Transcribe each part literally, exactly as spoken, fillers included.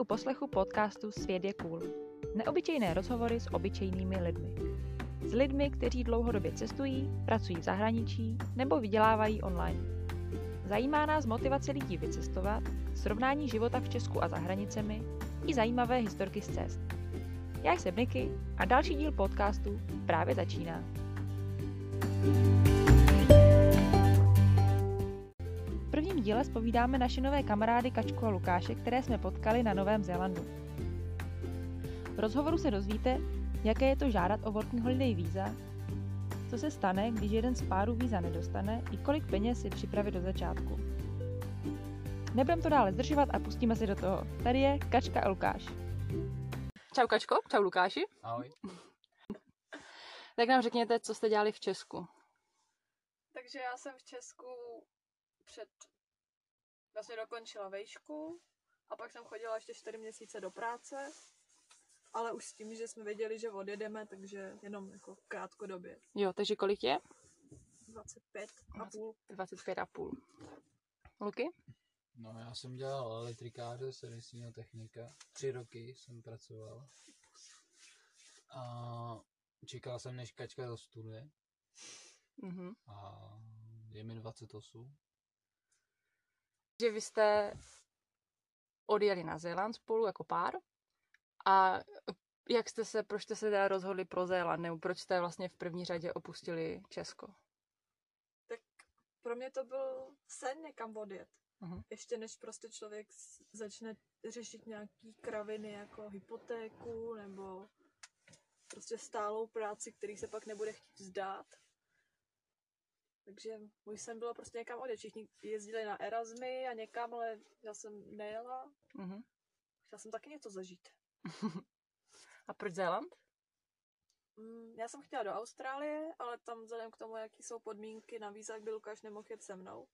u poslechu podcastu Svět je cool. Neobyčejné rozhovory s obyčejnými lidmi. S lidmi, kteří dlouhodobě cestují, pracují v zahraničí nebo vydělávají online. Zajímá nás motivace lidí vycestovat, srovnání života v Česku a za hranicemi i zajímavé historky z cest. Já jsem Niky a další díl podcastu právě začíná. V prvním díle zpovídáme naše nové kamarády Kačku a Lukáše, které jsme potkali na Novém Zélandu. V rozhovoru se dozvíte, jaké je to žádat o working holiday víza, co se stane, když jeden z párů víza nedostane i kolik peněz si připravit do začátku. Nebudem to dále zdržovat a pustíme se do toho. Tady je Kačka a Lukáš. Čau Kačko, čau Lukáši. Ahoj. Tak nám řekněte, co jste dělali v Česku. Takže já jsem v Česku před, vlastně dokončila vejšku a pak jsem chodila ještě čtyři měsíce do práce, ale už s tím, že jsme věděli, že odjedeme, takže jenom jako krátkodobě. Jo, takže kolik je? dvacet pět a půl. dvacet pět a půl. Luky? No, já jsem dělal elektrikáře, servisního technika. Tři roky jsem pracoval. A čekal jsem, než Kačka dostuduje. Mhm. A je mi dvacet osm. Že vy jste odjeli na Zéland spolu jako pár a jak jste se, proč jste se teda rozhodli pro Zéland, nebo proč jste vlastně v první řadě opustili Česko? Tak pro mě to byl sen někam odjet. Mhm. Ještě než prostě člověk s- začne řešit nějaký kraviny jako hypotéku nebo prostě stálou práci, který se pak nebude chtít vzdát. Takže můj sen bylo prostě někam odjet. Všichni jezdili na Erasmy a někam, ale já jsem nejela. Mhm. Chtěla jsem taky něco zažít. A proč Zéland? Mm, Já jsem chtěla do Austrálie, ale tam vzhledem k tomu, jaký jsou podmínky na víza, by Lukáš nemohl jet se mnou,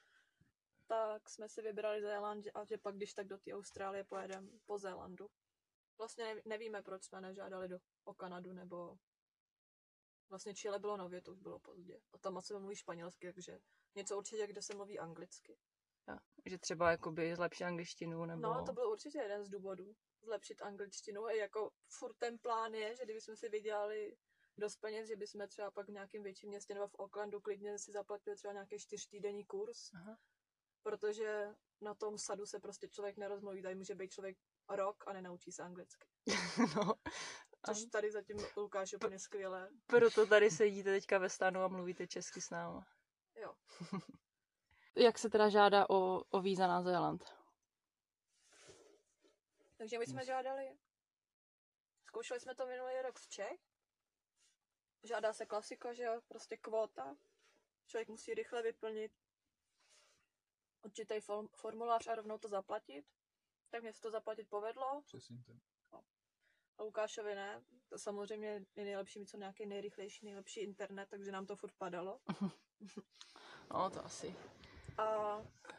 tak jsme si vybrali Zéland a že pak, když tak do té Austrálie pojedeme po Zélandu. Vlastně neví- nevíme, proč jsme nežádali do, o Kanadu, nebo vlastně Chile bylo nově, to už bylo pozdě. A tam asi mluví španělsky, takže něco určitě, kde se mluví anglicky. Ja, že třeba jakoby zlepšit angličtinu, nebo... No, to byl určitě jeden z důvodů. Zlepšit angličtinu. I jako furt ten plán je, že kdybychom si vydělali dost peněz, že bychom třeba pak v nějakém větším městě nebo v Aucklandu klidně si zaplatili třeba nějaký čtyřtýdenní kurz. Aha. Protože na tom sadu se prostě člověk nerozmluví. Tady může být člověk rok a nenaučí se anglicky. No, Což tady zatím Lukáš úplně skvěle. proto tady sedíte teďka ve stanu a mluvíte česky s náma. Jo. Jak se teda žádá o, o víza na Zéland? Takže my jsme žádali, zkoušeli jsme to minulý rok z Čech. Žádá se klasika, že jo, prostě kvóta. Člověk musí rychle vyplnit určitý form- formulář a rovnou to zaplatit. Tak mě se to zaplatit povedlo. Přesně tak. A Lukášovi ne. To samozřejmě je nejlepší mít co nějaký nejrychlejší, nejlepší internet, takže nám to furt padalo. No, to asi. A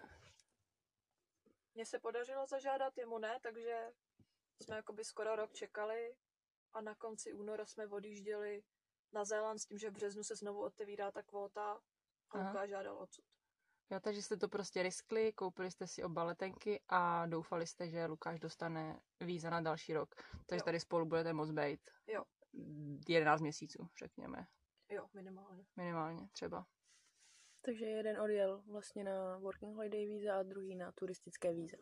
mně se podařilo zažádat, jemu ne, takže jsme jakoby skoro rok čekali a na konci února jsme odjížděli na Zéland s tím, že v březnu se znovu otevírá ta kvóta a Aha. Lukáš žádal odsud. Jo, takže jste to prostě riskli, koupili jste si oba letenky a doufali jste, že Lukáš dostane víza na další rok. Takže Jo. tady spolu budete moct být Jo. jedenáct měsíců, řekněme. Jo, minimálně. Minimálně třeba. Takže jeden odjel vlastně na working holiday víza a druhý na turistické víza.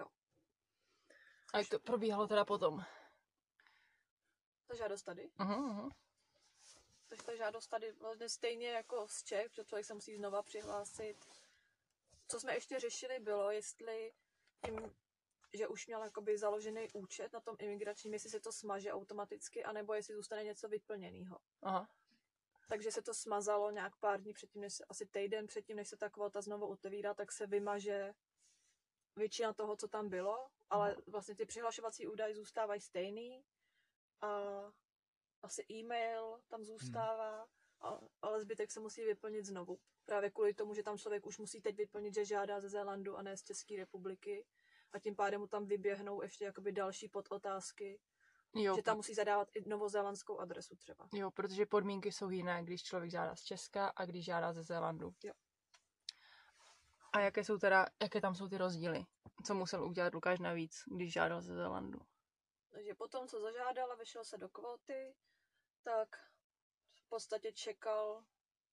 A jak to probíhalo teda potom? Ta žádost tady. Uh-huh, uh-huh. Takže ta žádost tady vlastně stejně jako z Čech, protože člověk se musí znova přihlásit. Co jsme ještě řešili bylo, jestli tím, že už měl jakoby založený účet na tom imigračním, jestli se to smaže automaticky, anebo jestli zůstane něco vyplněného. Aha. Takže se to smazalo nějak pár dní předtím, než se, asi týden předtím, než se ta kvota znovu otevírá, tak se vymaže většina toho, co tam bylo, ale vlastně ty přihlašovací údaje zůstávají stejný a asi e-mail tam zůstává, a, ale zbytek se musí vyplnit znovu. Právě kvůli tomu, že tam člověk už musí teď vyplnit, že žádá ze Zélandu a ne z České republiky a tím pádem mu tam vyběhnou ještě jakoby další podotázky, Jo, že tam musí zadávat i novozélandskou adresu třeba. jo, protože podmínky jsou jiné, když člověk žádá z Česka a když žádá ze Zélandu. Jo. A jaké jsou teda, jaké tam jsou ty rozdíly? co musel udělat Lukáš navíc, když žádal ze Zélandu? Takže potom, co zažádal a vyšel se do kvóty, tak v podstatě čekal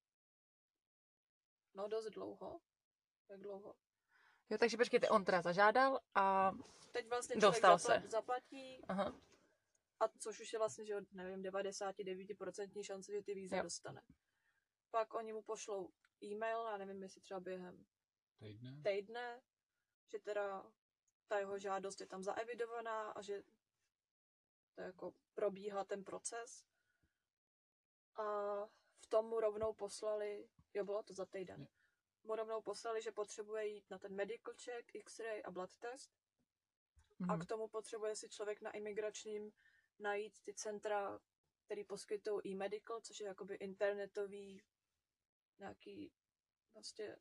no dost dlouho. Jak dlouho? Jo, takže počkejte, on teda zažádal a Teď vlastně člověk dostal zapla- se. zaplatí, Aha. a což už je vlastně, že nevím, devadesát devět procent šance, že ty víza Jo. dostane. Pak oni mu pošlou e-mail, já nevím, jestli třeba během Týdne? týdne, že teda ta jeho žádost je tam zaevidovaná a že to jako probíhá ten proces. A v tom mu rovnou poslali, jo, bylo to za týden, mu rovnou poslali, že potřebuje jít na ten medical check, X-ray a blood test. Mhm. A k tomu potřebuje si člověk na imigračním najít ty centra, který poskytují e-medical, což je jakoby internetový nějaký vlastně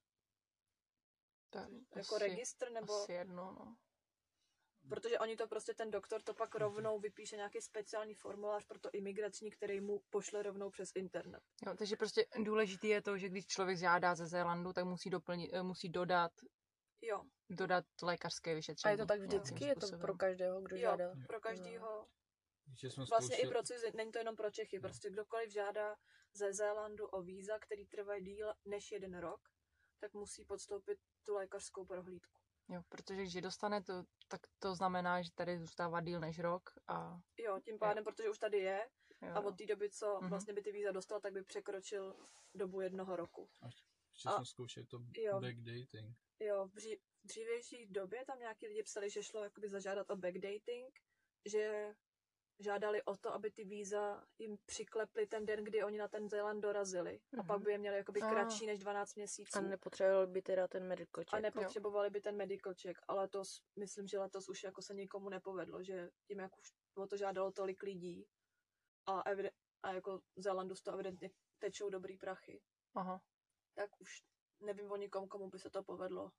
Tak, jako asi, registr, nebo asi jedno, no. protože oni to prostě, ten doktor to pak rovnou vypíše nějaký speciální formulář pro to imigrační, který mu pošle rovnou přes internet. Jo, takže prostě důležitý je to, že když člověk žádá ze Zélandu, tak musí doplnit, eh, musí dodat, Jo, dodat lékařské A vyšetření. je to tak nějakým vždycky? Je to způsobem. pro každého, kdo jo, žádá? pro každýho. Že jsme Vlastně zkoušeli- i pro cizince, není to jenom pro Čechy, prostě kdokoliv žádá ze Zélandu o víza, který trvají díl než jeden rok, tak musí podstoupit tu lékařskou prohlídku. Jo, protože když je dostane, to, tak to znamená, že tady zůstává díl než rok a Jo, tím pádem, protože už tady je jo, a od té doby, co Mhm. vlastně by ty víza dostal, tak by překročil dobu jednoho roku. Ještě a- jsme zkoušeli to jo. backdating. Jo, v, dří, v dřívější době tam nějaký lidi psali, že šlo jakoby zažádat o backdating, že žádali o to, aby ty víza jim přikleply ten den, kdy oni na ten Zéland dorazili. A pak Mhm. by je měli jakoby Ah. kratší než dvanáct měsíců. A nepotřeboval by teda ten medical check. A nepotřebovali by ten medical check, ale to s- myslím, že letos už jako se nikomu nepovedlo, že tím, jak už o to žádalo tolik lidí a, evide- a jako Zélandu z toho evidentně tečou dobrý prachy, aha, tak už nevím o nikom, komu by se to povedlo.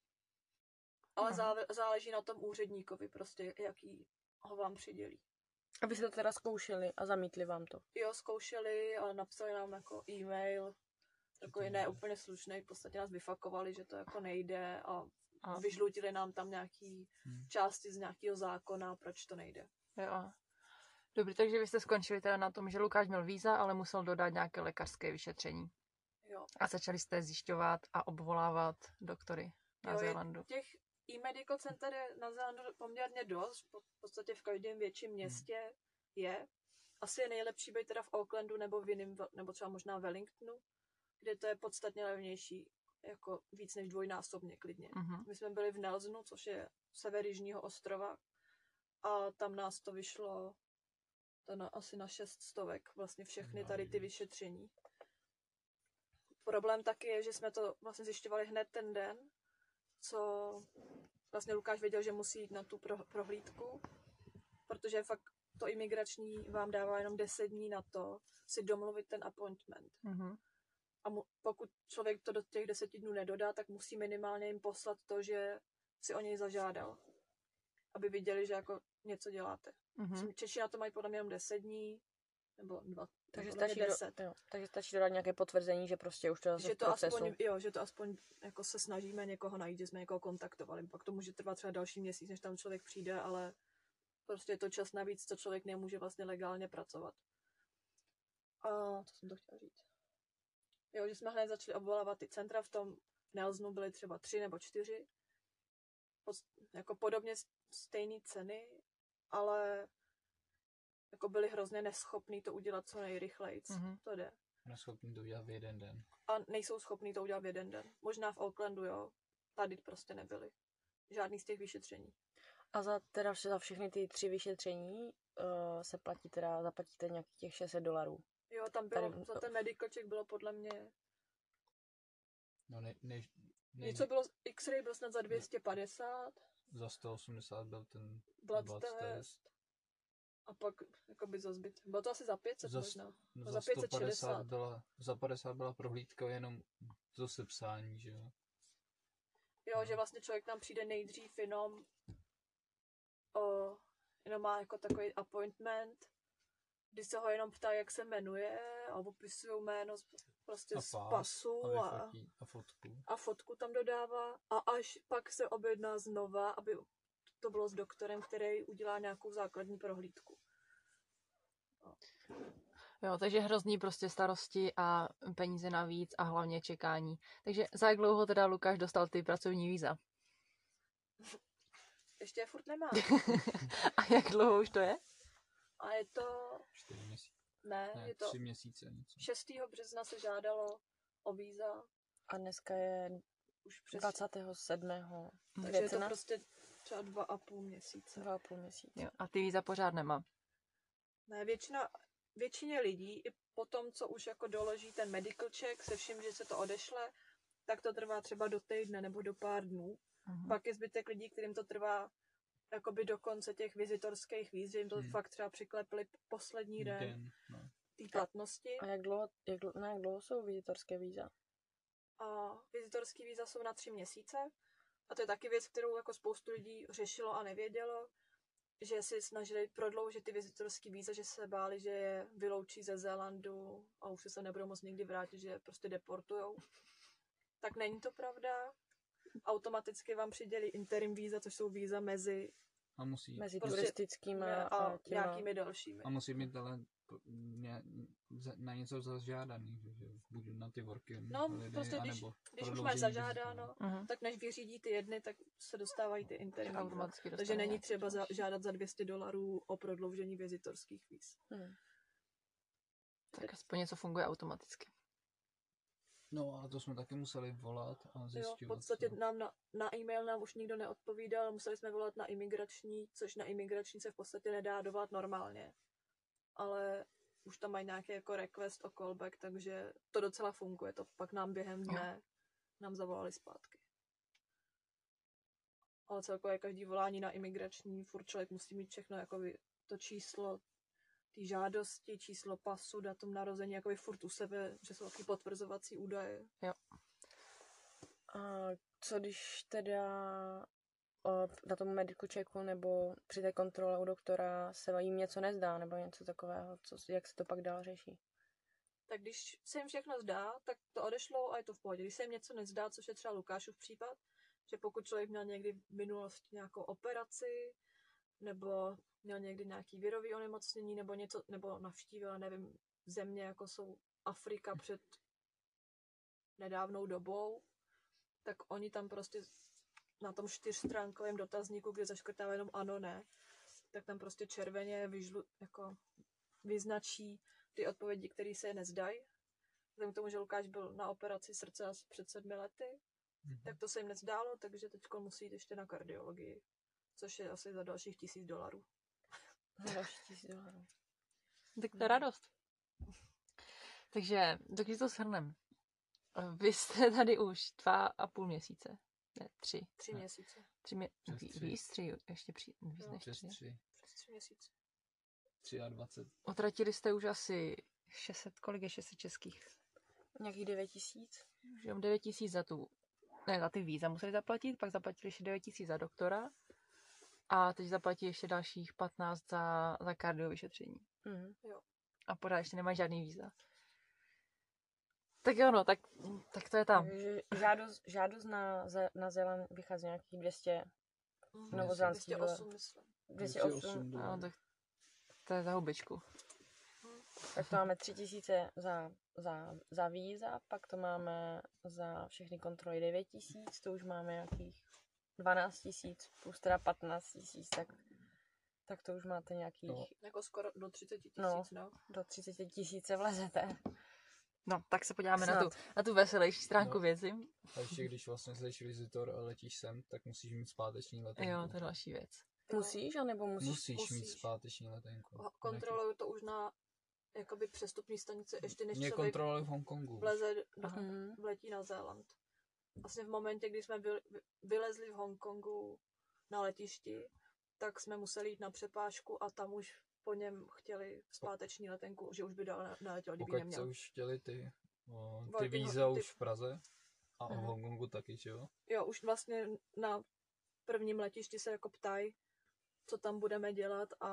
Ale Aha. zále- záleží na tom úředníkovi prostě, jaký ho vám přidělí. A vy jste to teda zkoušeli a zamítli vám to. Jo, zkoušeli, ale napsali nám jako e-mail, takový ne úplně slušný, v podstatě nás vyfakovali, že to jako nejde a a, vyžlutili nám tam nějaký Hmm. části z nějakého zákona, proč to nejde. jo. Dobrý, takže vy jste skončili teda na tom, že Lukáš měl víza, ale musel dodat nějaké lékařské vyšetření. Jo. A začali jste zjišťovat a obvolávat doktory na Jo, je- Zélandu. Těch e-medical center je na Zélandu poměrně dost, v podstatě v každém větším městě je. Asi je nejlepší být teda v Aucklandu nebo v jiným, nebo třeba možná Wellingtonu, kde to je podstatně levnější, jako víc než dvojnásobně klidně. Mhm. My jsme byli v Nelsonu, což je sever jižního ostrova, a tam nás to vyšlo to na, asi na šest stovek, vlastně všechny tady ty vyšetření. Problém taky je, že jsme to vlastně zjišťovali hned ten den, co vlastně Lukáš věděl, že musí jít na tu pro, prohlídku, protože fakt to imigrační vám dává jenom deset dní na to si domluvit ten appointment. Mhm. A mu, pokud člověk to do těch deseti dnů nedodá, tak musí minimálně jim poslat to, že si o něj zažádal. Aby viděli, že jako něco děláte. Mhm. Češi na to mají podle mě jenom deset dní, nebo dva. Takže podle mě stačí, do, deset. jo, takže stačí dodat nějaké potvrzení, že prostě už to zase Že v to procesu. aspoň, jo, že to aspoň jako se snažíme někoho najít, že jsme někoho kontaktovali. Pak to může trvat třeba další měsíc, než tam člověk přijde, ale prostě je to čas navíc, co člověk nemůže vlastně legálně pracovat. A co jsem to chtěla říct? Jo, že jsme hned začali obvolávat ty centra, v tom Nelsonu byly třeba tři nebo čtyři. Pod, jako podobně stejné ceny, ale jako byli hrozně neschopní to udělat co nejrychleji. Mhm. To jde. Neschopný to udělat v jeden den. A nejsou schopní to udělat v jeden den. Možná v Aucklandu, jo. Tady prostě nebyli. Žádný z těch vyšetření. A za, teda vše- za všechny ty tři vyšetření uh, se platí teda, zaplatíte nějakých těch šest set dolarů. Jo, tam bylo, Tady- za ten medical check bylo podle mě, No ne, ne, ne, něco bylo, X-ray byl snad za dvě stě padesát, za sto osmdesát byl ten blood, blood test, test. a pak jakoby za zbyt. Bylo to asi za pět set Za, možná. za, za sto pět set šedesát. padesát byla, za padesát byla prohlídka jenom to sepsání, že jo. Jo, že vlastně člověk tam přijde nejdřív jenom o, jenom má jako takový appointment Když se ho jenom ptá, jak se jmenuje a opisují jméno z- prostě A z pás, pasu a, a, vyfotí, a fotku. a fotku tam dodává a až pak se objedná znova, aby to bylo s doktorem, který udělá nějakou základní prohlídku. Jo, takže hrozný prostě starosti a peníze navíc a hlavně čekání. Takže za jak dlouho teda Lukáš dostal ty pracovní víza? Ještě je furt nemá. A jak dlouho už to je? A je to, Čtyři měsíce. ne, Ne, je to tři měsíce něco. šestého března se žádalo o víza, A dneska je už přes, dvacátého sedmého takže Takže je to prostě třeba dva a půl měsíce. Dva a půl měsíce. Jo, a ty víza pořád nemá. Ne, většina, většině lidí, i po tom, co už jako doloží ten medical check se vším, že se to odešle, tak to trvá třeba do týdne nebo do pár dnů. Mhm. Pak je zbytek lidí, kterým to trvá jakoby do konce těch vizitorských víz, že jim to Hmm. fakt třeba přiklepli poslední den Den, no. té platnosti. A jak dlouho, jak, dlouho- na jak dlouho jsou vizitorské víza? A vizitorský víza jsou na tři měsíce. A to je taky věc, kterou jako spoustu lidí řešilo a nevědělo, že si snažili prodloužit ty vizitorský víza, že se báli, že je vyloučí ze Zélandu a už se nebudou moc nikdy vrátit, že je prostě deportujou. Tak není to pravda. Automaticky vám přidělí interim víza, což jsou víza mezi A musí, Mezi Prostě- turistickými a, a, a těma... nějakými dalšími. a musí mít ale p- ně, za- na něco zažádaný, že, že buď na ty worky No, holiday, prostě když- anebo Když už prodloužení máš vizitu. zažádáno, Mhm. tak než vyřídí ty jedny, tak se dostávají ty interim víza. Automaticky Takže dostane není nějaký třeba za, další. žádat za dvě stě dolarů o prodloužení vizitorských víz. Hmm. Tak aspoň něco funguje automaticky. No a to jsme taky museli volat a Jo, zjistit. v podstatě nám na, na e-mail nám už nikdo neodpovídal, museli jsme volat na imigrační, což na imigrační se v podstatě nedá dovolat normálně. Ale už tam mají nějaký jako request o callback, takže to docela funguje. To pak nám během dne nám zavolali zpátky. Ale celkově každý volání na imigrační, furt člověk musí mít všechno, jako to číslo té žádosti, číslo pasu, datum narození, jako furt u sebe, že jsou taky potvrzovací údaje. A co když teda o, na tom medical checku nebo při té kontrole u doktora se jim něco nezdá nebo něco takového, co, jak se to pak dál řeší? Tak když se jim všechno zdá, tak to odešlo a je to v pohodě. Když se jim něco nezdá, což je třeba Lukášův případ, že pokud člověk měl někdy v minulosti nějakou operaci, nebo měl někdy nějaký virový onemocnění, nebo něco, nebo navštívil, nevím, země, jako jsou Afrika před nedávnou dobou, tak oni tam prostě na tom čtyřstránkovém dotazníku, kde zaškrtává jenom ano, ne, tak tam prostě červeně vyžlu, jako vyznačí ty odpovědi, které se nezdají. Vzhledem k tomu, že Lukáš byl na operaci srdce asi před sedmi lety, Mhm. tak to se jim nezdálo, takže teď musí jít ještě na kardiologii, což je asi za dalších tisíc dolarů. Další tisíc dolarů. Tak to je radost. Takže, když to shrnem. Vy jste tady už dva a půl měsíce. Ne, tři. Tři Ne. měsíce. Tři mě, Přes ví- tři. víc, tři, ještě při, víc Jo. než Přes tři. tři. Přes tři měsíce. Tři a dvacet. Utratili jste už asi šest set, kolik je šest set českých? Nějakých devět tisíc. Už jenom devět tisíc za tu, ne, za ty víza museli zaplatit, pak zaplatili ještě devět tisíc za doktora a teď zaplatí ještě dalších patnáct za, za kardio vyšetření. Mhm. A pořád ještě nemají žádný víza. Tak jo, no, tak, tak to je tam. Takže žádost, žádost na, Ze- na Zéland vychází nějakých dvě stě, Mhm. Novozélandský dvě stě osm, myslím. dvě stě osm, No, tak to je za hubičku. tak to máme tři tisíce za, za, za víza, pak to máme za všechny kontroly devět tisíc, to už máme nějakých dvanáct tisíc, plus teda patnáct tisíc, tak, tak to už máte nějakých, No. Jako skoro do třicet tisíc, No. no. do třicet tisíce vlezete. No, tak se podíváme na Snad. tu, na tu veselější stránku No. věci. A ještě když vlastně jsi vizitor a letíš sem, tak musíš mít zpáteční letenku. Jo, to je další věc. Musíš, anebo musíš? Musíš, mít musíš. zpáteční letenku. Ho- Kontrolují to už na jakoby přestupní stanice, ještě než Mě člověk kontrolují v Hongkongu. vleze, do, Mhm. vletí na Zéland. Vlastně v momentě, kdy jsme vy, vylezli v Hongkongu na letišti, tak jsme museli jít na přepážku a tam už po něm chtěli zpáteční letenku, že už by dál neletěl, kdyby Pokud se neměl. už chtěli ty, o, ty Working víza holiday. už v Praze a v Mhm. Hongkongu taky, že jo? Jo, už vlastně na prvním letišti se jako ptají, co tam budeme dělat a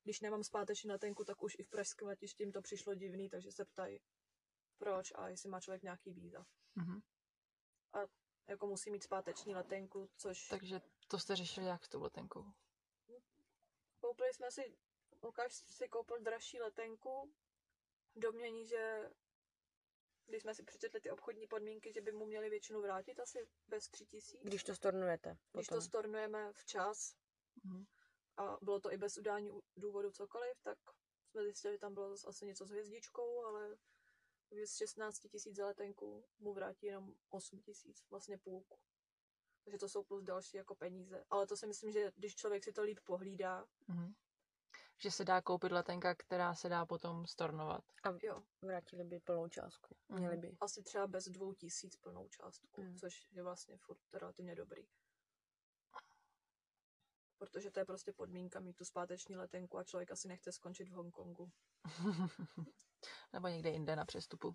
když nemám zpáteční letenku, tak už i v pražském letišti jim to přišlo divný, takže se ptají, proč a jestli má člověk nějaký víza. Mhm. A jako musí mít zpáteční letenku, což... Takže to jste řešili jak s tou letenkou? Koupili jsme si, Lukáš si koupil dražší letenku, v domnění, že když jsme si přečetli ty obchodní podmínky, že by mu měli většinu vrátit asi bez tři tisíc. Když to stornujete. Když potom. to stornujeme včas Mhm. a bylo to i bez udání důvodu cokoliv, tak jsme zjistili, že tam bylo zase asi něco s hvězdičkou, ale z šestnáct tisíc za letenku mu vrátí jenom osm tisíc, vlastně půlku. Takže to jsou plus další jako peníze. Ale to si myslím, že když člověk si to líp pohlídá, Mhm. Že se dá koupit letenka, která se dá potom stornovat. A jo, vrátili by plnou částku. Mhm. Měli by. asi třeba bez dvou tisíc plnou částku, Mm. což je vlastně furt relativně dobrý. Protože to je prostě podmínka mít tu zpáteční letenku a člověk asi nechce skončit v Hongkongu. Nebo někde jinde na přestupu.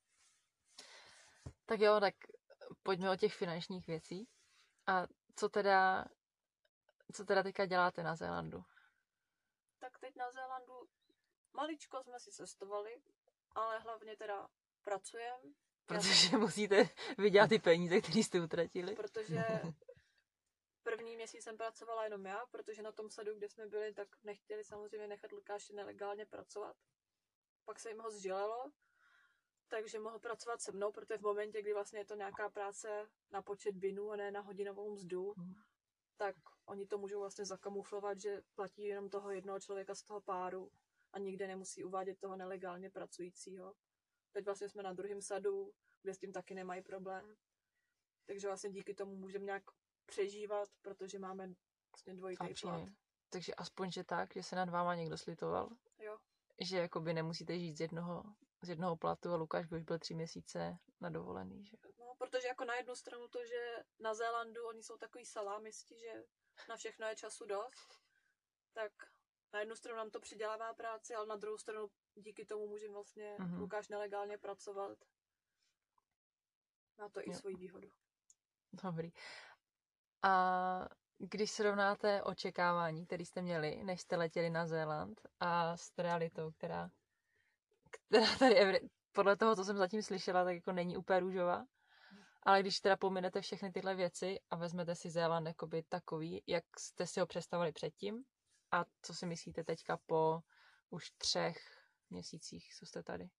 Tak jo, tak pojďme o těch finančních věcí. A co teda, co teda teďka děláte na Zélandu? Tak teď na Zélandu maličko jsme si cestovali, ale hlavně teda pracujeme, Protože musíte vydělat ty peníze, které jste utratili. protože první měsíc jsem pracovala jenom já, protože na tom sadu, kde jsme byli, tak nechtěli samozřejmě nechat Lukáše nelegálně pracovat. Pak se jim ho zželelo, takže mohl pracovat se mnou, protože v momentě, kdy vlastně je to nějaká práce na počet binů a ne na hodinovou mzdu, Mhm. tak oni to můžou vlastně zakamuflovat, že platí jenom toho jednoho člověka z toho páru a nikde nemusí uvádět toho nelegálně pracujícího. Teď vlastně jsme na druhém sadu, kde s tím taky nemají problém. Takže vlastně díky tomu můžeme nějak přežívat, protože máme vlastně dvojitý A plat. příjmy. Takže aspoň, že tak, že se nad váma někdo slitoval. Jo. Že jakoby nemusíte žít z jednoho, z jednoho platu a Lukáš by už byl tři měsíce na dovolený. Že? No, protože jako na jednu stranu to, že na Zélandu oni jsou takový salámisti, že na všechno je času dost, tak na jednu stranu nám to přidělává práci, ale na druhou stranu díky tomu můžeme vlastně Mhm. Lukáš nelegálně pracovat. Má to i Jo. svoji výhodu. Dobrý. A když srovnáte očekávání, které jste měli, než jste letěli na Zéland, a s realitou, která, která tady evri- podle toho, co jsem zatím slyšela, tak jako není úplně růžová. Ale když teda pominete všechny tyhle věci a vezmete si Zéland jakoby takový, jak jste si ho představili předtím a co si myslíte teďka po už třech měsících, co jste tady?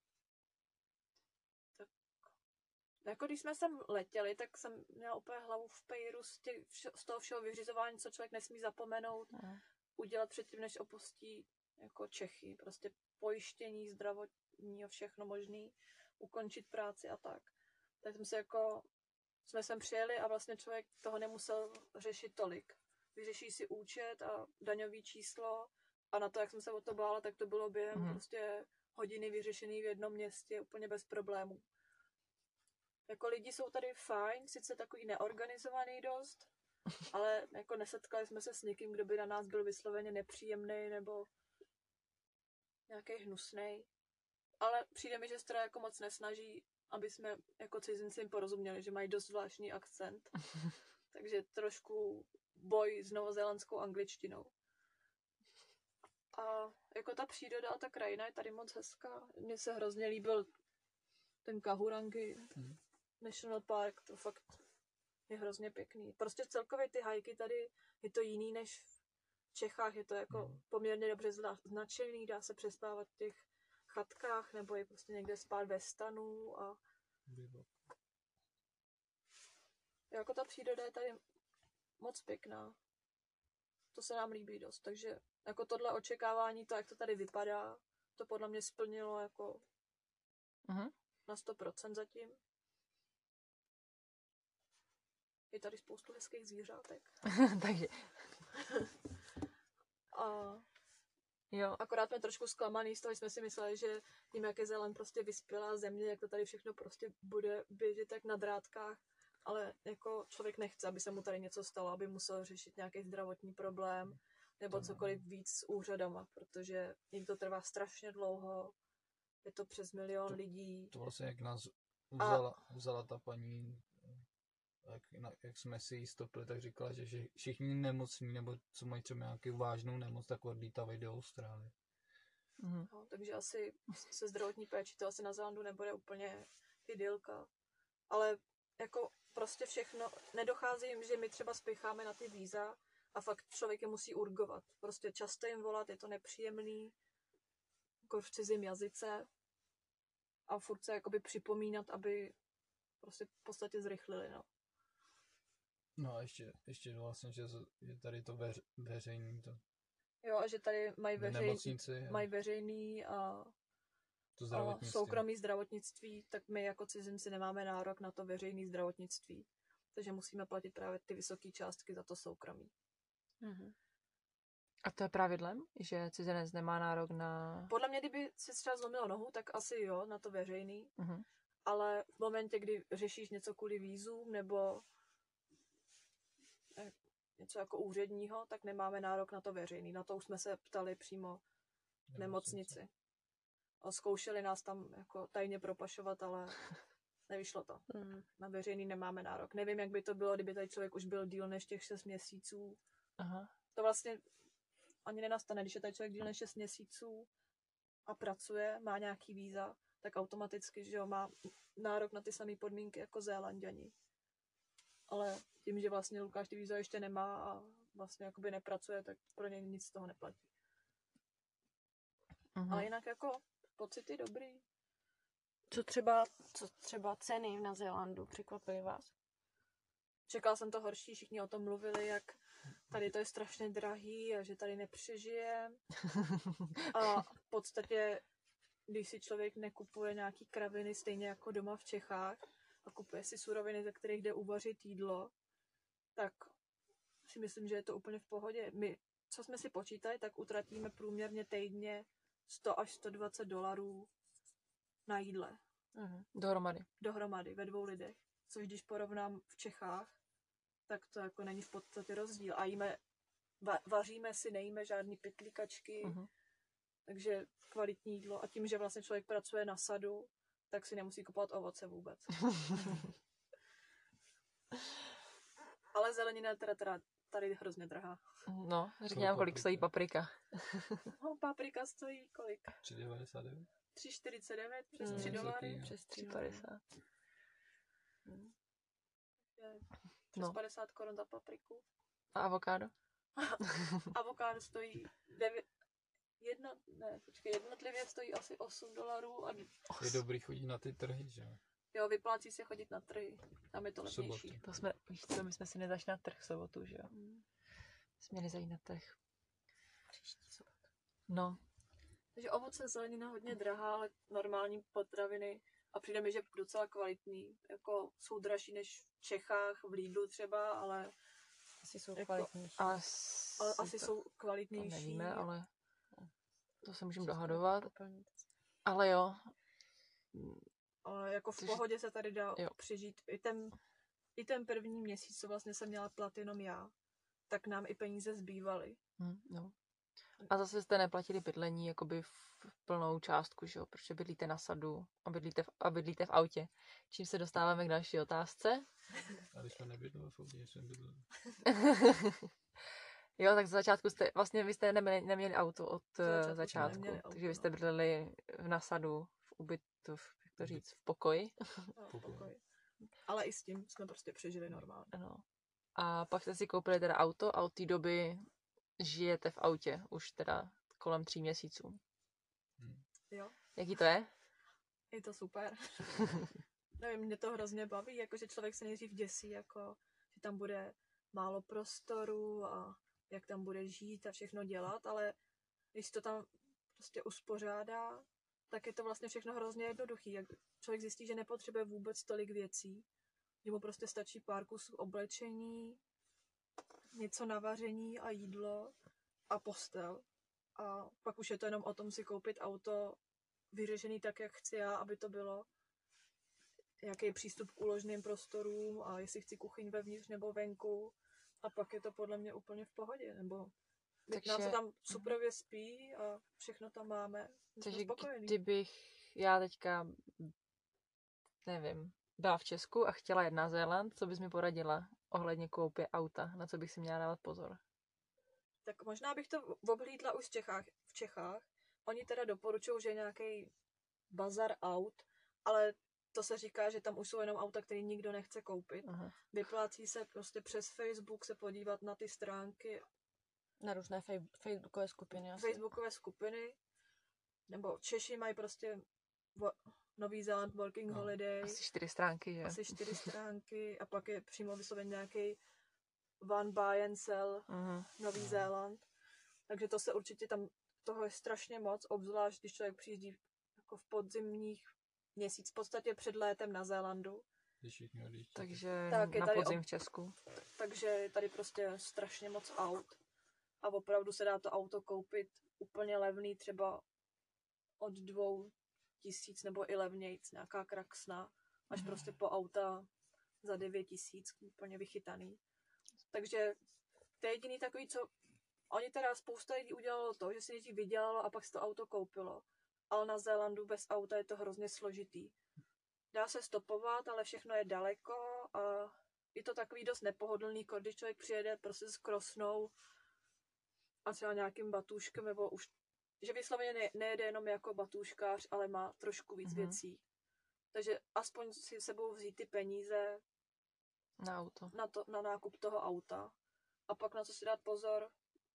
Jako když jsme sem letěli, tak jsem měla úplně hlavu v pejru z, těch, vš- z toho všeho vyřizování, co člověk nesmí zapomenout, No. udělat předtím, než opustí jako Čechy. Prostě pojištění, zdravotní a všechno možný, ukončit práci a tak. Tak jsem se jako, jsme sem přijeli a vlastně člověk toho nemusel řešit tolik. Vyřeší si účet a daňový číslo a na to, jak jsem se o to bála, tak to bylo během Mhm. prostě hodiny vyřešený v jednom městě úplně bez problémů. Jako lidi jsou tady fajn, sice takový neorganizovaný dost, ale jako nesetkali jsme se s někým, kdo by na nás byl vysloveně nepříjemný nebo nějaký hnusnej. Ale přijde mi, že se teda jako moc nesnaží, aby jsme jako cizinci jim porozuměli, že mají dost zvláštní akcent. Takže trošku boj s novozélandskou angličtinou. A jako ta příroda a ta krajina je tady moc hezká. Mně se hrozně líbil ten Kahurangi Mhm. National Park, to fakt je hrozně pěkný. Prostě celkově ty hajky tady je to jiný než v Čechách, je to jako Mhm. poměrně dobře zna- značený, dá se přespávat v těch chatkách nebo je prostě někde spát ve stanu a jako ta příroda je tady moc pěkná. To se nám líbí dost, takže jako tohle očekávání, to jak to tady vypadá, to podle mě splnilo jako Mhm. na sto procent zatím. Je tady spoustu hezkých zvířátek. Takže A jo, akorát jsme trošku zklamaný z toho, že jsme si mysleli, že tím, jak je Zéland prostě vyspělá země, jak to tady všechno prostě bude běžet jak na drátkách, ale jako člověk nechce, aby se mu tady něco stalo, aby musel řešit nějaký zdravotní problém nebo To ne. cokoliv víc s úřadama, protože jim to trvá strašně dlouho, je to přes milion To- lidí. To vlastně jak nás vzala, vzala ta paní tak na, jak jsme si ji stopili, tak říkala, že vši- všichni nemocní, nebo co mají třeba nějakou vážnou nemoc, tak odlítávají do Austrálie. Mhm. No, takže asi se zdravotní péči to asi na Zélandu nebude úplně idylka. Ale jako prostě všechno, nedochází jim, že my třeba spěcháme na ty víza a fakt člověk je musí urgovat. Prostě často jim volat, je to nepříjemný, jako v cizím jazyce a furt se jakoby připomínat, aby prostě v podstatě zrychlili, no. No a ještě, ještě vlastně, že z- je tady to veř, veřejný, to Jo, a že tady mají v veřej, nemocnici, a mají veřejný a, to a zdravotnictví. soukromý zdravotnictví, tak my jako cizinci nemáme nárok na to veřejný zdravotnictví. Takže musíme platit právě ty vysoké částky za to soukromí. Mhm. A to je pravidlem, že cizinec nemá nárok na... Podle mě, kdyby si třeba zlomila nohu, tak asi jo, na to veřejný. Mhm. Ale v momentě, kdy řešíš něco kvůli vízům nebo eh, něco jako úředního, tak nemáme nárok na to veřejný. Na to už jsme se ptali přímo v nemocnici. A zkoušeli nás tam jako tajně propašovat, ale nevyšlo to. Mhm. Na veřejný nemáme nárok. Nevím, jak by to bylo, kdyby tady člověk už byl díl než těch šest měsíců. Aha. To vlastně ani nenastane, když je tady člověk díl než šest měsíců a pracuje, má nějaký víza, tak automaticky, že jo, má nárok na ty samé podmínky jako Zélanďani. Ale tím, že vlastně Lukáš ty víza ještě nemá a vlastně jakoby nepracuje, tak pro něj nic z toho neplatí. Mhm. Ale jinak jako pocity dobrý. Co třeba, co třeba ceny na Zélandu překvapily vás? Čekala jsem to horší, všichni o tom mluvili, jak tady to je strašně drahý a že tady nepřežije. A v podstatě, když si člověk nekupuje nějaký kraviny stejně jako doma v Čechách a kupuje si suroviny, ze kterých jde uvařit jídlo, tak si myslím, že je to úplně v pohodě. My, co jsme si počítali, tak utratíme průměrně týdně sto až sto dvacet dolarů na jídle. Mhm. Dohromady. Dohromady ve dvou lidech. Což když porovnám v Čechách, tak to jako není v podstatě rozdíl. A jíme, va, vaříme si, nejíme žádný pytlíkačky, Mhm. takže kvalitní jídlo. A tím, že vlastně člověk pracuje na sadu, tak si nemusí kupovat ovoce vůbec. Ale zelenina je teda, teda tady hrozně drahá. No, řekni nám, kolik stojí paprika. No, paprika stojí kolik? tři devadesát devět. tři čtyřicet devět přes Mm, tři vysoký, dolary. jo. Přes tři tři padesát. Je Přes No. padesát korun za papriku. A avokádo? Avokádo stojí devět, jedna, ne, počkej, jednotlivě stojí asi osm dolarů a Je dobrý chodit na ty trhy, že jo? jo, vyplácí se chodit na trhy. Tam je to V sobotu. levnější. To jsme, víš co, my jsme si nezašli na trh v sobotu, že jo? Mm. Jsme měli zajít na trh. No, Takže ovoce, zelenina hodně drahá, ale normální potraviny a přijde mi, že docela kvalitní. Jako jsou dražší než v Čechách, v Lidlu třeba, ale, Asi jsou Jako- kvalitnější. ale, ale si asi to, jsou to kvalitnější. nevíme, ale to se můžeme Přesně, dohadovat. doplnit. Ale jo, Ale jako v Což- pohodě se tady dá jo. přežít. I ten, I ten první měsíc, co vlastně jsem měla plat jenom já, tak nám i peníze zbývaly. hm, no. A zase jste neplatili bydlení jakoby v v plnou částku, že jo? Protože bydlíte na sadu a bydlíte, v, a bydlíte v autě. Čím se dostáváme k další otázce. A když jsme nebydleli v autě, jsme bydleli. Jo, tak za začátku jste, vlastně vy jste neměli, neměli auto od Za eh, začátku jsme začátku, neměli auto, takže vy no. jste bydleli v nasadu, v ubytu, v, jak to říct, v pokoji. No, Pokoj. pokoj. Ale i s tím jsme prostě přežili normálně. No. A pak jste si koupili teda auto a od té doby žijete v autě už teda kolem tří měsíců. Jo, Jaký to je? je to super. Nevím, mě to hrozně baví, jakože člověk se nejdřív děsí, jako, že tam bude málo prostoru a jak tam bude žít a všechno dělat, ale když to tam prostě uspořádá, tak je to vlastně všechno hrozně jednoduchý. Jak člověk zjistí, že nepotřebuje vůbec tolik věcí, že mu prostě stačí pár kusů oblečení, něco na vaření a jídlo a postel. A pak už je to jenom o tom si koupit auto vyřešený tak, jak chci já, aby to bylo. Jaký je přístup k úložným prostorům a jestli chci kuchyň vevnitř nebo venku. A pak je to podle mě úplně v pohodě. Nebo Takže- nám se tam suprově spí a všechno tam máme. Jsme Takže spokojení. kdybych já teďka, nevím, byla v Česku a chtěla jet na Zéland, co bys mi poradila ohledně koupě auta? Na co bych si měla dávat pozor? Tak možná bych to obhlídla už v Čechách. V Čechách. Oni teda doporučují, že je nějaký bazar aut, ale to se říká, že tam už jsou jenom auta, které nikdo nechce koupit. Aha. Vyplácí se prostě přes Facebook se podívat na ty stránky, Na různé fej- facebookové skupiny asi. facebookové skupiny, nebo Češi mají prostě vo- Nový Zéland Working No, Holiday, Asi čtyři stránky, že? asi čtyři stránky a pak je přímo vysloven nějaký One Buy and Sell Mhm. Nový No. Zéland. Takže to se určitě tam, toho je strašně moc, obzvlášť když člověk přijíždí jako v podzimních měsíc, v podstatě před létem na Zélandu. Když všichni odjíždí. Takže Tak, je na tady podzim ob- v Česku. Takže je tady prostě strašně moc aut. A opravdu se dá to auto koupit úplně levný, třeba od dvou tisíc nebo i levnějc, nějaká kraksna, až prostě po auta za devět tisíc, úplně vychytaný. Takže to je jediný takový, co oni teda spousta lidí udělalo to, že si nejdřív vydělalo a pak si to auto koupilo. Ale na Zélandu bez auta je to hrozně složitý. Dá se stopovat, ale všechno je daleko a je to takový dost nepohodlný, když člověk přijede prostě s krosnou a třeba nějakým batůžkem, nebo už, že vysloveně ne, nejede jenom jako batůžkář, ale má trošku víc Mhm. věcí. Takže aspoň si sebou vzít ty peníze Na auto. na, to, na nákup toho auta. A pak na co si dát pozor,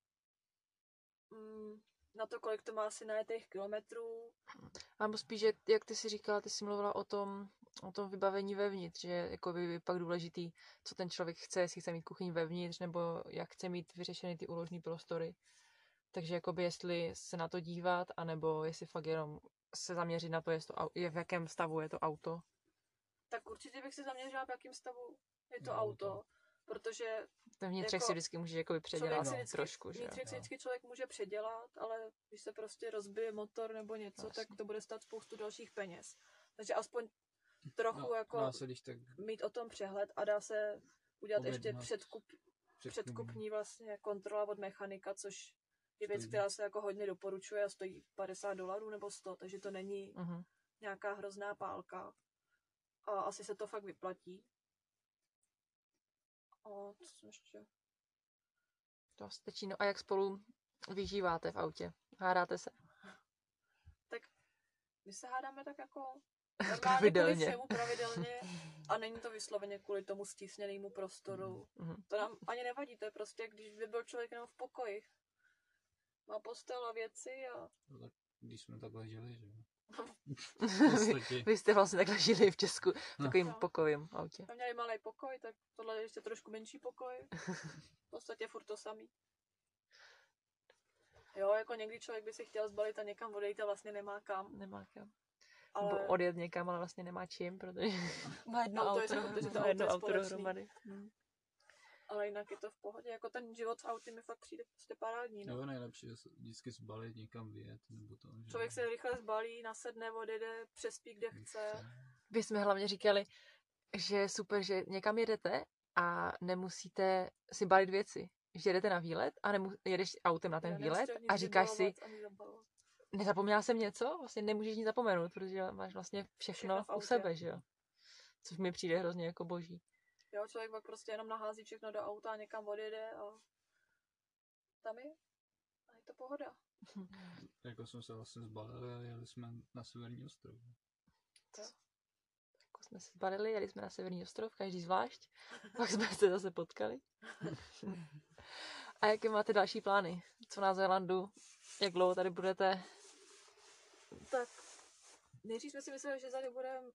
mm, na to, kolik to má asi najetých kilometrů. A nebo spíš, že, jak ty si říkala, ty jsi mluvila o tom, o tom vybavení vevnitř, že jako by je pak důležitý, co ten člověk chce, jestli chce mít kuchyň vevnitř, nebo jak chce mít vyřešeny ty úložní prostory. Takže jakoby jestli se na to dívat, anebo jestli fakt jenom se zaměřit na to, jestli to, au- je v jakém stavu je to auto. Tak určitě bych se zaměřila, v jakém stavu je to Je auto, auto. protože Ten vnitřek Jako si vždycky může jakoby předělat člověk si no, vždycky, trošku, že jo. vnitřek si Jo. vždycky člověk může předělat, ale když se prostě rozbije motor nebo něco, Jasně. tak to bude stát spoustu dalších peněz. Takže aspoň trochu No, jako dá se když tak mít o tom přehled a dá se udělat ještě objednat předkup, předkupní. předkupní vlastně kontrola od mechanika, což je věc, Stojí. která se jako hodně doporučuje a stojí padesát dolarů nebo sto, takže to není Mhm. nějaká hrozná pálka. A asi se to fakt vyplatí. A co jsem ještě? To stačí. No a jak spolu vyžíváte v autě? Hádáte se? My se hádáme tak jako normálně Pravidelně. kvůli všemu pravidelně a není to vysloveně kvůli tomu stísněnému prostoru. Mhm. To nám ani nevadí, to je prostě, když by byl člověk jenom v pokoji. Má postel a věci a No, tak když jsme takhle žili, že jo. V podstatě. Vy jste vlastně takhle žili v Česku v No. takovým No. pokojím autě. jsme měli malý pokoj, tak tohle je ještě trošku menší pokoj. V podstatě furt to samý. Jo, jako někdy člověk by si chtěl zbalit a někam odejít a vlastně nemá kam. Nemá kam. Ale Nebo odjet někam, ale vlastně nemá čím, protože má jedno Auto je auto, spolu- protože to má auto jedno je auto společný. dohromady. Hm. Ale jinak je to v pohodě. Jako ten život v autě mi fakt přijde prostě parádní. No. Jo, nejlepší je se vždycky zbalit, někam vyjet, nebo to, že... Člověk se rychle zbalí, nasedne, odjede, přespí kde chce. Vy jsme hlavně říkali, že je super, že někam jedete a nemusíte si balit věci. Že jedete na výlet a nemu- jedeš autem na ten Já výlet nemusíte nic a říkáš si, vybalovat ani zabalovat. nezapomněla jsem něco? Vlastně nemůžeš nic zapomenout, protože máš vlastně všechno, Všechno v u autě. sebe, že jo? Což mi přijde hrozně jako boží. Jo, člověk pak prostě jenom nahází všechno do auta a někam odjede a tam je. A je to pohoda. Jako jsme se vlastně zbalili a jeli jsme na Severní ostrov. Jako jsme se zbalili, jeli jsme na Severní ostrov, každý zvlášť. Pak jsme se zase potkali. A jaké máte další plány? Co na Zélandu? Jak dlouho tady budete? Tak nejdřív jsme si mysleli, že tady budeme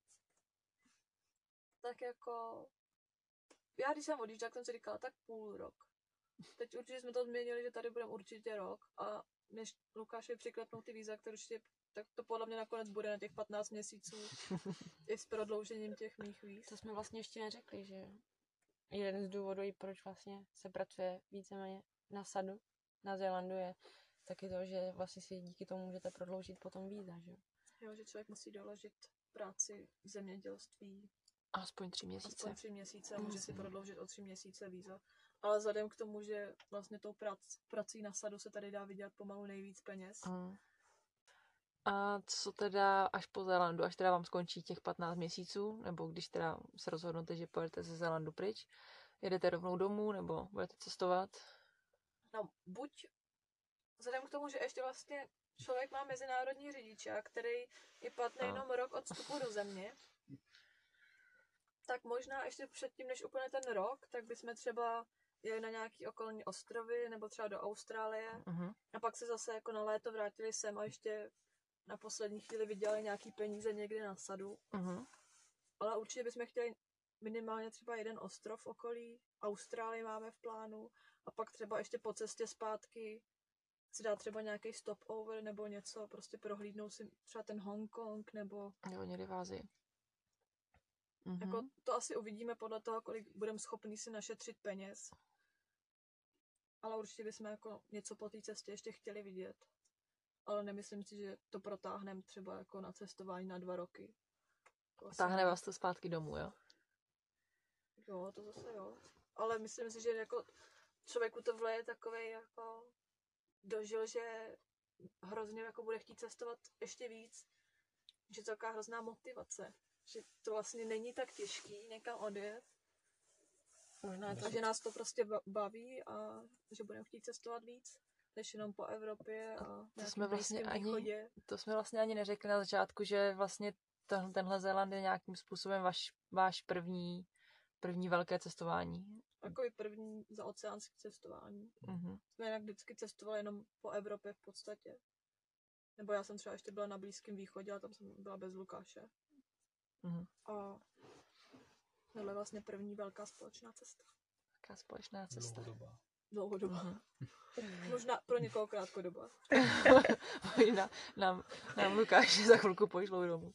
tak jako... Já když jsem odjížděla, tak jsem si říkala, tak půl rok. Teď určitě jsme to změnili, že tady budeme určitě rok a než Lukášovi přiklepnou ty víza, které určitě, tak to podle mě nakonec bude na těch patnáct měsíců i s prodloužením těch mých víz. To jsme vlastně ještě neřekli, že jeden z důvodů, i proč vlastně se pracuje víceméně na sadu na Zélandu, je taky to, že vlastně si díky tomu můžete prodloužit potom víza, že jo. Jo, že člověk musí doložit práci v zemědělství Aspoň tři měsíce. aspoň tři měsíce a může si prodloužit o tři měsíce víza. Ale vzhledem k tomu, že vlastně tou prac, prací na sadu se tady dá vydělat pomalu nejvíc peněz, Mm. A co teda až po Zélandu, až teda vám skončí těch patnáct měsíců, nebo když teda se rozhodnete, že pojedete ze Zélandu pryč, jedete rovnou domů, nebo budete cestovat? No, buď vzhledem k tomu, že ještě vlastně člověk má mezinárodní řidičák, který je platný A. jenom rok od vstupu do země, tak možná ještě předtím, než úplně ten rok, tak bychom třeba jeli na nějaký okolní ostrovy, nebo třeba do Austrálie, Uh-huh. a pak se zase jako na léto vrátili sem a ještě na poslední chvíli vydělali nějaký peníze někde na sadu. Uh-huh. Ale určitě bychom chtěli minimálně třeba jeden ostrov v okolí. Austrálii máme v plánu. A pak třeba ještě po cestě zpátky si dát třeba nějaký stopover nebo něco. Prostě prohlídnout si třeba ten Hongkong nebo... Jo, někdy v Ázii. Uh-huh. Jako to asi uvidíme podle toho, kolik budeme schopni si našetřit peněz. Ale určitě bychom jako něco po té cestě ještě chtěli vidět. Ale nemyslím si, že to protáhneme třeba jako na cestování na dva roky. To asi Táhne ne. vás to zpátky domů, jo? Jo, to zase jo. Ale myslím si, že jako člověku to vleje takovej jako dožil, že hrozně jako bude chtít cestovat ještě víc. Že to je taková hrozná motivace. Že to vlastně není tak těžký někam odjet. Možná je to, A že nás to prostě ba- baví a že budeme chtít cestovat víc, než jenom po Evropě a nějakém jsme vlastně Blízkém ani- východě. To jsme vlastně ani neřekli na začátku, že vlastně ten, tenhle Zéland je nějakým způsobem vaš, váš první, první velké cestování. Takový první zaoceánský cestování. Uh-huh. Jsme jinak vždycky cestovali jenom po Evropě v podstatě. Nebo já jsem třeba ještě byla na Blízkém východě, ale tam jsem byla bez Lukáše. Uh-huh. A tohle je vlastně první velká společná cesta. Taká společná cesta. Dlouhodobá. Dlouhodobá. Uh-huh. Možná pro někoho krátkodoba. nám, nám, nám Lukáš za chvilku pošlou domů.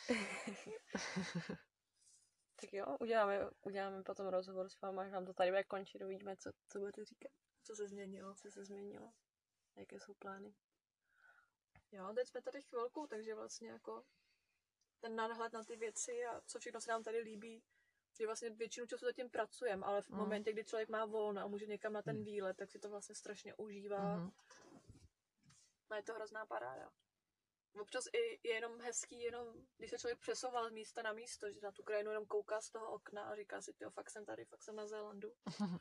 Tak jo, uděláme, uděláme potom rozhovor s vámi, až vám to tady bude končit, uvidíme, co, co budete říkat, Co se změnilo. co se změnilo, jaké jsou plány. Jo, teď jsme tady chvilku, takže vlastně jako ten nadhled na ty věci a co všechno se nám tady líbí, že vlastně většinu času zatím pracujeme, ale v Mm. momentě, kdy člověk má volno a může někam na ten Mm. výlet, tak si to vlastně strašně užívá. Uh-huh. A je to hrozná paráda. Občas i je jenom hezký, jenom když se člověk přesouvá z místa na místo, že na tu krajinu jenom kouká z toho okna a říká si, tyjo, fakt jsem tady, fakt jsem na Zélandu.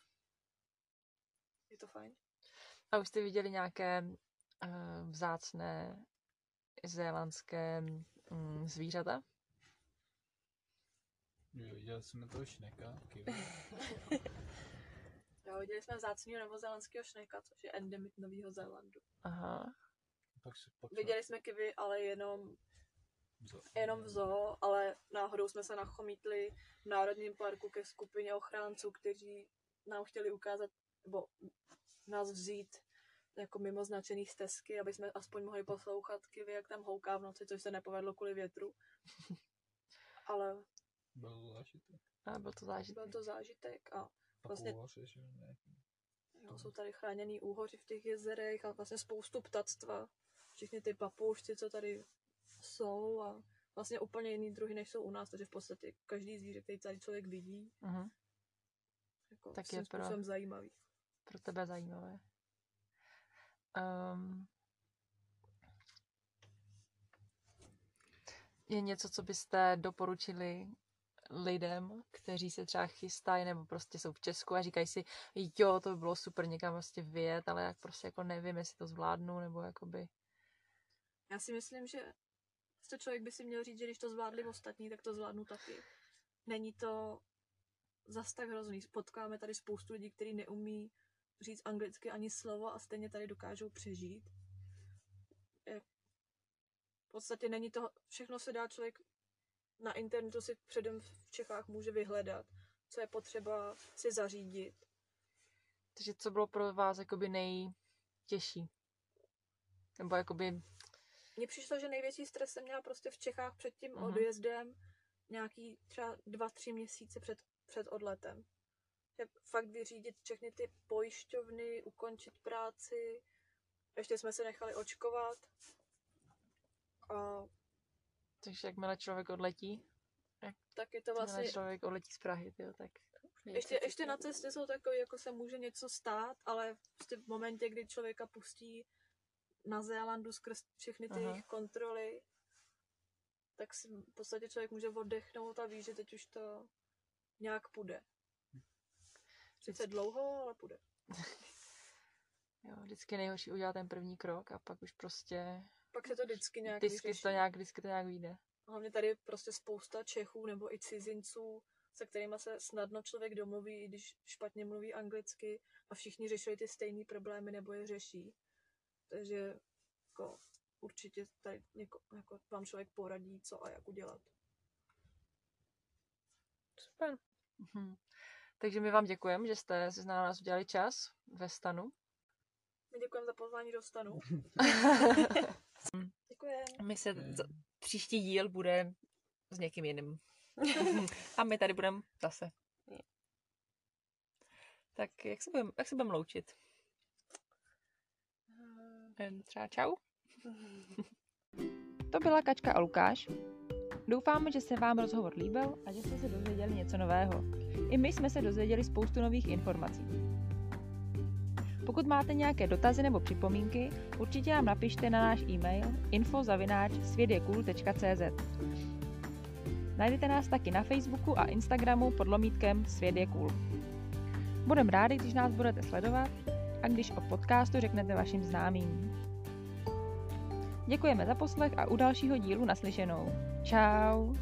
Je to fajn. A už jste viděli nějaké uh, vzácné zélandské um, zvířata? Jo, viděli jsme toho šneka, kiwi. Jo, viděli jsme vzácného novozélandského šneka, což je endemit Nového Zélandu. Aha. Pak se pak Viděli jsme kiwi, ale jenom, Zo- jenom v zoo, ale náhodou jsme se nachomítli v Národním parku ke skupině ochránců, kteří nám chtěli ukázat, nebo nás vzít jako mimo značený stezky, aby jsme aspoň mohli poslouchat kiwi, jak tam houká v noci, což se nepovedlo kvůli větru. Ale Byl zážitek. A byl to zážitek. byl to zážitek a A Vlastně- vlastně... že ne? jo, jsou tady chráněný úhoři v těch jezerech a vlastně spoustu ptactva. Všechny ty papoušci, co tady jsou a vlastně úplně jiný druhy, než jsou u nás, takže v podstatě každý zvíře, který tady člověk vidí, Uh-huh. jako Tak svým je pro- způsobem zajímavý. Pro tebe zajímavé. Um, je něco, co byste doporučili lidem, kteří se třeba chystají nebo prostě jsou v Česku a říkají si, jo, to by bylo super někam prostě vyjet, ale jak prostě jako nevím, jestli to zvládnu, nebo jakoby... Já si myslím, že prostě člověk by si měl říct, že když to zvládli ostatní, tak to zvládnu taky. Není to zas tak hrozný. Potkáme tady spoustu lidí, kteří neumí říct anglicky ani slovo a stejně tady dokážou přežít. Je- V podstatě není to, všechno se dá člověk na internetu si předem v Čechách může vyhledat, co je potřeba si zařídit. Takže co bylo pro vás jakoby nejtěžší? Nebo jakoby... Mně přišlo, že největší stres jsem měla prostě v Čechách před tím Mhm. odjezdem, nějaký třeba dva, tři měsíce před, před odletem. Že fakt vyřídit všechny ty pojišťovny, ukončit práci, ještě jsme se nechali očkovat. A Takže jakmile člověk odletí, tak je to jakmile vlastně... člověk odletí z Prahy, tyjo, tak... Ještě, ještě na cestě jsou takové, jako se může něco stát, ale prostě v momentě, kdy člověka pustí na Zélandu skrz všechny ty Aha. jejich kontroly, tak si v podstatě člověk může oddechnout a ví, že teď už to nějak půjde. Sice dlouho, ale půjde. Jo, vždycky je nejhorší udělat ten první krok a pak už prostě Pak se to vždycky nějak vždycky vyřeší. to nějak, vždycky to nějak vyjde. Hlavně tady je prostě spousta Čechů nebo i cizinců, se kterými se snadno člověk domluví, i když špatně mluví anglicky a všichni řešili ty stejné problémy nebo je řeší. Takže jako, určitě tady něko, jako, vám člověk poradí, co a jak udělat. Super. Mhm. Takže my vám děkujeme, že jste si na nás udělali čas ve stanu. My děkujeme za pozvání do stanu. Děkujeme. My se za- příští díl bude s někým jiným. A my tady budeme zase. Tak jak se budeme jak se budeme loučit? Jen třeba čau? To byla Kačka a Lukáš. Doufáme, že se vám rozhovor líbil a že jste se dozvěděli něco nového. I my jsme se dozvěděli spoustu nových informací. Pokud máte nějaké dotazy nebo připomínky, určitě nám napište na náš e-mail info zavináč světjecool tečka cé zet. Najdete nás taky na Facebooku a Instagramu pod lomítkem Svět je cool. Budeme rádi, když nás budete sledovat a když o podcastu řeknete vašim známým. Děkujeme za poslech a u dalšího dílu naslyšenou. Čau!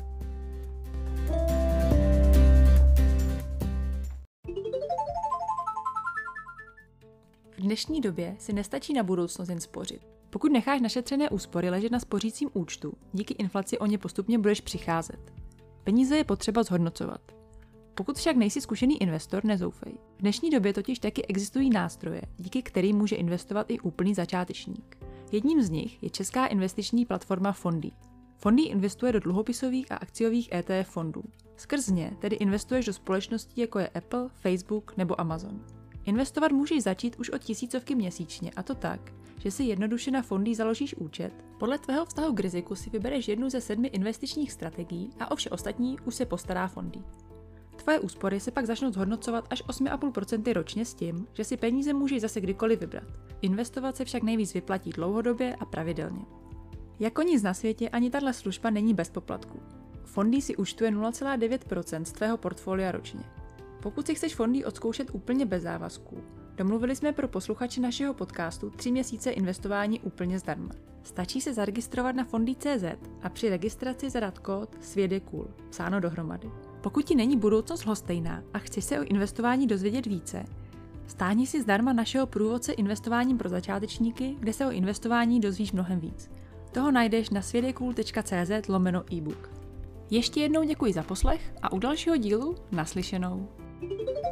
V dnešní době si nestačí na budoucnost jen spořit. Pokud necháš našetřené úspory ležet na spořícím účtu, díky inflaci o ně postupně budeš přicházet. Peníze je potřeba zhodnocovat. Pokud však nejsi zkušený investor, nezoufej. V dnešní době totiž taky existují nástroje, díky kterým může investovat i úplný začátečník. Jedním z nich je česká investiční platforma Fondy. Fondy investuje do dluhopisových a akciových E T F fondů. Skrz ně tedy investuješ do společností jako je Apple, Facebook nebo Amazon. Investovat můžeš začít už od tisícovky měsíčně, a to tak, že si jednoduše na Fondy založíš účet, podle tvého vztahu k riziku si vybereš jednu ze sedmi investičních strategií a o vše ostatní už se postará Fondy. Tvoje úspory se pak začnou zhodnocovat až osm celá pět procenta ročně s tím, že si peníze můžeš zase kdykoliv vybrat. Investovat se však nejvíc vyplatí dlouhodobě a pravidelně. Jako nic na světě ani tahle služba není bez poplatků. Fondy si účtuje nula celá devět procenta z tvého portfolia ročně. Pokud si chceš Fondy odzkoušet úplně bez závazků, domluvili jsme pro posluchače našeho podcastu tři měsíce investování úplně zdarma. Stačí se zaregistrovat na fondy tečka cé zet a při registraci zadat kód Svět je cool, psáno dohromady. Pokud ti není budoucnost lhostejná a chceš se o investování dozvědět více, stáhni si zdarma našeho průvodce investováním pro začátečníky, kde se o investování dozvíš mnohem víc. Toho najdeš na světjecool tečka cé zet lomeno e-book. Ještě jednou děkuji za poslech a u dalšího dílu naslyšenou.